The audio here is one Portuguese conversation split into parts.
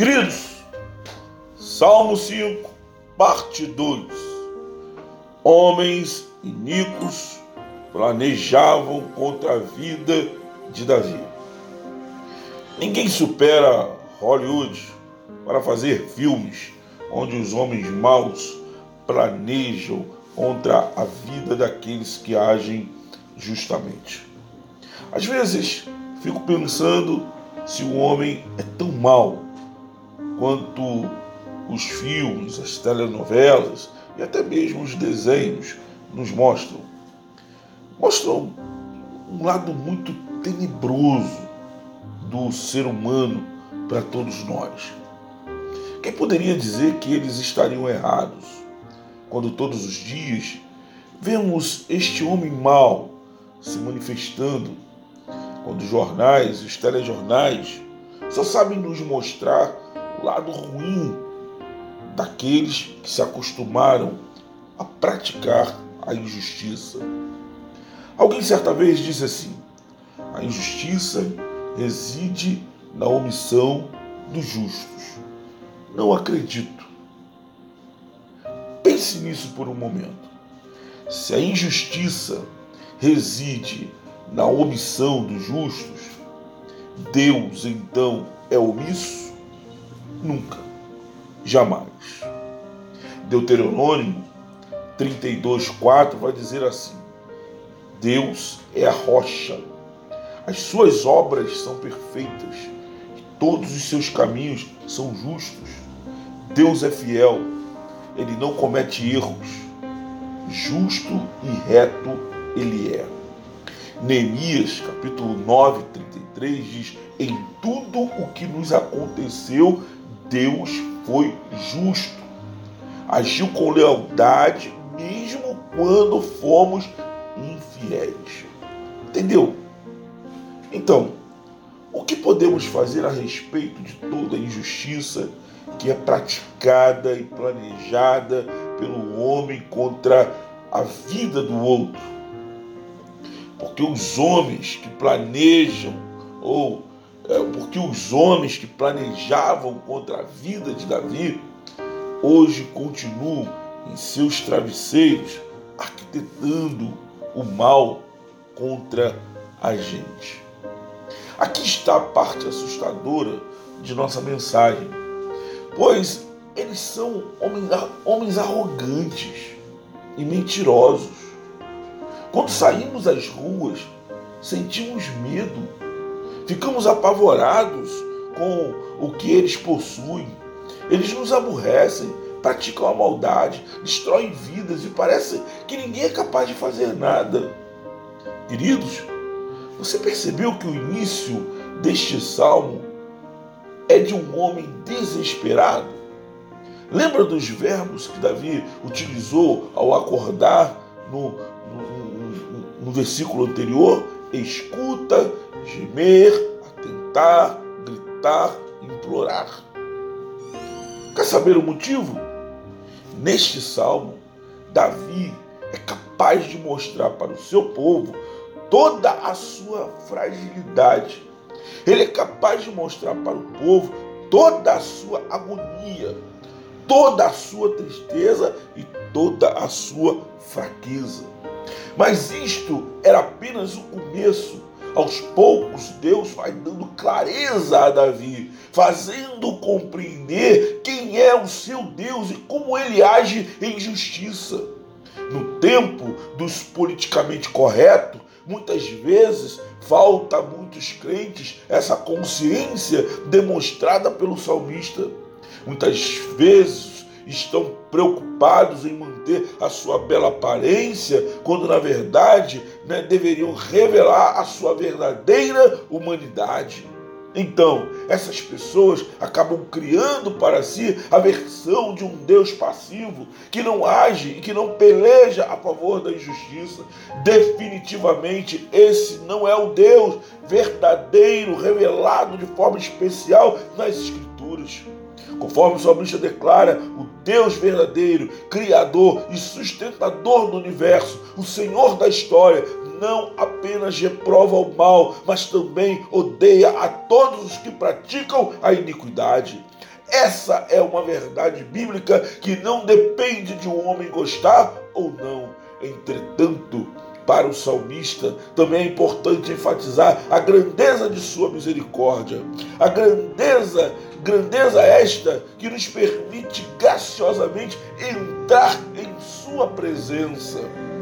Queridos, Salmo 5, parte 2. Homens iníquos planejavam contra a vida de Davi. Ninguém supera Hollywood para fazer filmes onde os homens maus planejam contra a vida daqueles que agem justamente. Às vezes, fico pensando se o homem é tão mau quanto os filmes, as telenovelas e até mesmo os desenhos nos mostram. Mostram um lado muito tenebroso do ser humano para todos nós. Quem poderia dizer que eles estariam errados quando todos os dias vemos este homem mau se manifestando, quando os jornais e os telejornais só sabem nos mostrar o lado ruim daqueles que se acostumaram a praticar a injustiça. Alguém certa vez disse assim: a injustiça reside na omissão dos justos. Não acredito. Pense nisso por um momento. Se a injustiça reside na omissão dos justos, Deus então é omisso? Nunca, jamais. Deuteronômio 32:4 vai dizer assim: Deus é a rocha, as suas obras são perfeitas, e todos os seus caminhos são justos. Deus é fiel, ele não comete erros, justo e reto ele é. Neemias, capítulo 9, 33 diz: em tudo o que nos aconteceu, Deus foi justo. Agiu com lealdade, mesmo quando fomos infiéis. Entendeu? Então, o que podemos fazer a respeito de toda a injustiça que é praticada e planejada pelo homem contra a vida do outro? Porque os homens que planejam, porque os homens que planejavam contra a vida de Davi, hoje continuam em seus travesseiros arquitetando o mal contra a gente. Aqui está a parte assustadora de nossa mensagem, pois eles são homens arrogantes e mentirosos. Quando saímos às ruas, sentimos medo, ficamos apavorados com o que eles possuem. Eles nos aborrecem, praticam a maldade, destroem vidas e parece que ninguém é capaz de fazer nada. Queridos, você percebeu que o início deste salmo é de um homem desesperado? Lembra dos verbos que Davi utilizou ao acordar no versículo anterior? Escuta, gemer, atentar, gritar, implorar. Quer saber o motivo? Neste salmo, Davi é capaz de mostrar para o seu povo toda a sua fragilidade. Ele é capaz de mostrar para o povo toda a sua agonia, toda a sua tristeza e toda a sua fraqueza. Mas isto era apenas o começo. Aos poucos, Deus vai dando clareza a Davi, fazendo compreender quem é o seu Deus e como ele age em justiça. No tempo dos politicamente corretos, muitas vezes falta a muitos crentes essa consciência demonstrada pelo salmista. Muitas vezes estão preocupados em manter a sua bela aparência, quando na verdade deveriam revelar a sua verdadeira humanidade. Então, essas pessoas acabam criando para si a versão de um Deus passivo, que não age e que não peleja a favor da injustiça. Definitivamente, esse não é o Deus verdadeiro, revelado de forma especial nas Escrituras. Conforme o salmista declara, o Deus verdadeiro, Criador e sustentador do universo, o Senhor da história, não apenas reprova o mal, mas também odeia a todos os que praticam a iniquidade. Essa é uma verdade bíblica que não depende de um homem gostar ou não. Entretanto, para o salmista, também é importante enfatizar a grandeza de sua misericórdia. A grandeza esta que nos permite graciosamente entrar em sua presença.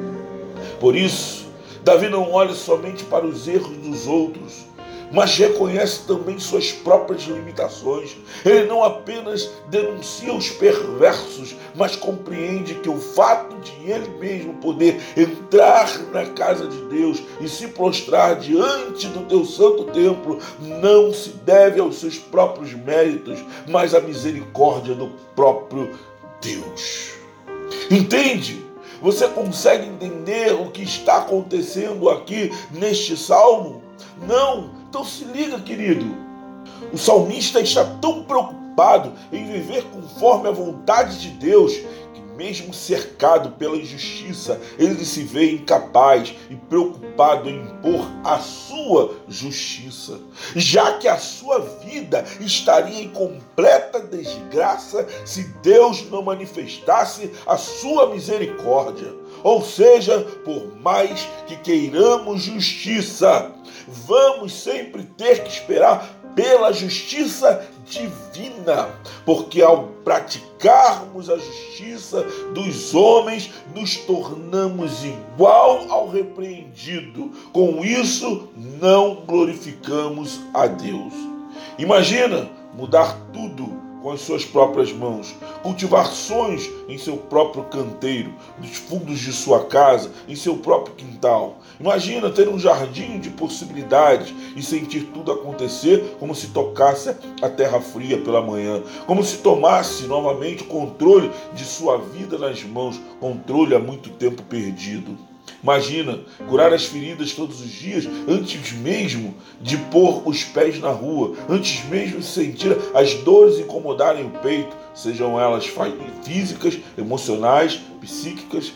Por isso, Davi não olha somente para os erros dos outros, mas reconhece também suas próprias limitações. Ele não apenas denuncia os perversos, mas compreende que o fato de ele mesmo poder entrar na casa de Deus e se prostrar diante do teu santo templo não se deve aos seus próprios méritos, mas à misericórdia do próprio Deus. Entende? Você consegue entender o que está acontecendo aqui neste salmo? Não? Então se liga, querido. O salmista está tão preocupado em viver conforme a vontade de Deus que, mesmo cercado pela injustiça, ele se vê incapaz e preocupado em impor a sua justiça, já que a sua vida estaria em completa desgraça se Deus não manifestasse a sua misericórdia. Ou seja, por mais que queiramos justiça, vamos sempre ter que esperar pela justiça divina, porque ao praticarmos a justiça dos homens, nos tornamos igual ao repreendido. Com isso, não glorificamos a Deus. Imagina mudar tudo com as suas próprias mãos, cultivar sonhos em seu próprio canteiro, nos fundos de sua casa, em seu próprio quintal. Imagina ter um jardim de possibilidades e sentir tudo acontecer como se tocasse a terra fria pela manhã, como se tomasse novamente o controle de sua vida nas mãos, controle há muito tempo perdido. Imagina curar as feridas todos os dias, antes mesmo de pôr os pés na rua, antes mesmo de sentir as dores incomodarem o peito, sejam elas físicas, emocionais, psíquicas.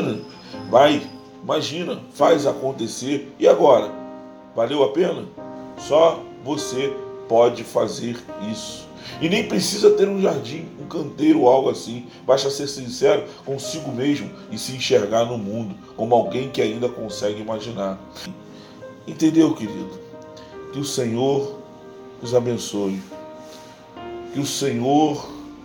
Imagina, faz acontecer. E agora? Valeu a pena? Só você pode fazer isso. E nem precisa ter um jardim, um canteiro ou algo assim. Basta ser sincero consigo mesmo e se enxergar no mundo como alguém que ainda consegue imaginar. Entendeu, querido? Que o Senhor os abençoe. Que o Senhor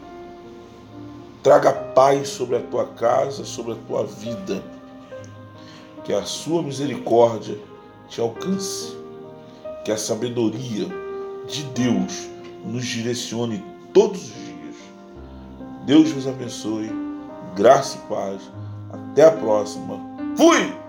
traga paz sobre a tua casa, sobre a tua vida. Que a sua misericórdia te alcance. Que a sabedoria de Deus nos direcione todos os dias. Deus vos abençoe, graça e paz. Até a próxima. Fui!